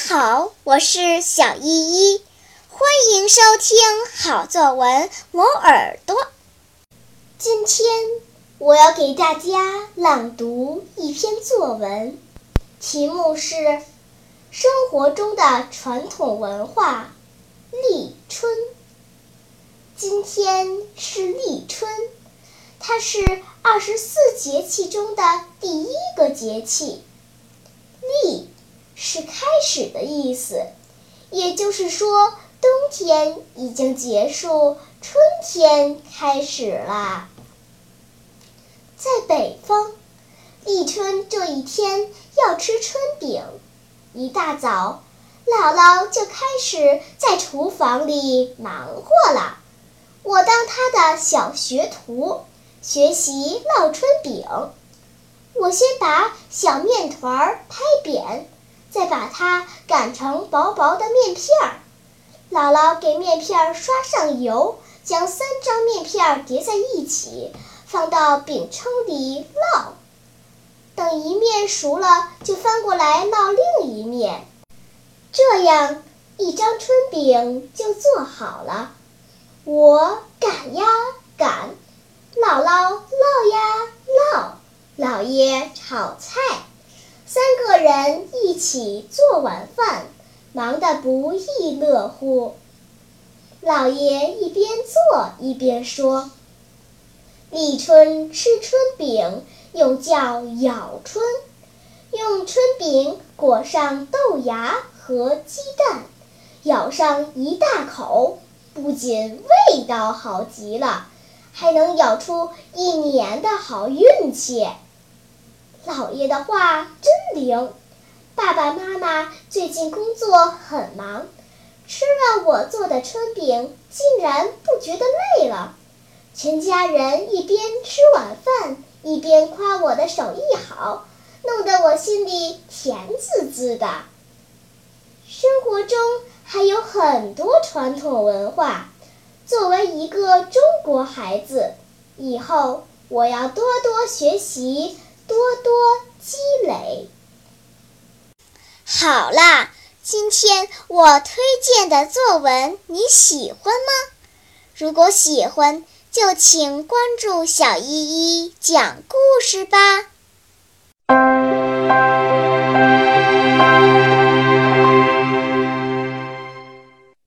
好，我是小依依，欢迎收听好作文磨耳朵。今天我要给大家朗读一篇作文，题目是《生活中的传统文化——立春》。今天是立春，它是24节气中的第一个节气。立是开始的意思，也就是说，冬天已经结束，春天开始了。在北方，立春这一天要吃春饼，一大早，姥姥就开始在厨房里忙活了。我当她的小学徒，学习烙春饼。我先把小面团拍扁，再把它擀成薄薄的面片儿。姥姥给面片刷上油，将3张面片叠在一起，放到饼铛里烙。等一面熟了，就翻过来烙另一面。这样一张春饼就做好了。我擀呀擀，姥姥烙呀烙，姥爷炒菜，3个人一起做晚饭，忙得不亦乐乎。姥爷一边做一边说：“立春吃春饼，又叫咬春，用春饼裹上豆芽和鸡蛋，咬上一大口，不仅味道好极了，还能咬出一年的好运气。”姥爷的话真灵，爸爸妈妈最近工作很忙，吃了我做的春饼，竟然不觉得累了。全家人一边吃晚饭，一边夸我的手艺好，弄得我心里甜滋滋的。生活中还有很多传统文化，作为一个中国孩子，以后我要多多学习，多多积累。好啦，今天我推荐的作文你喜欢吗？如果喜欢，就请关注小依依讲故事吧。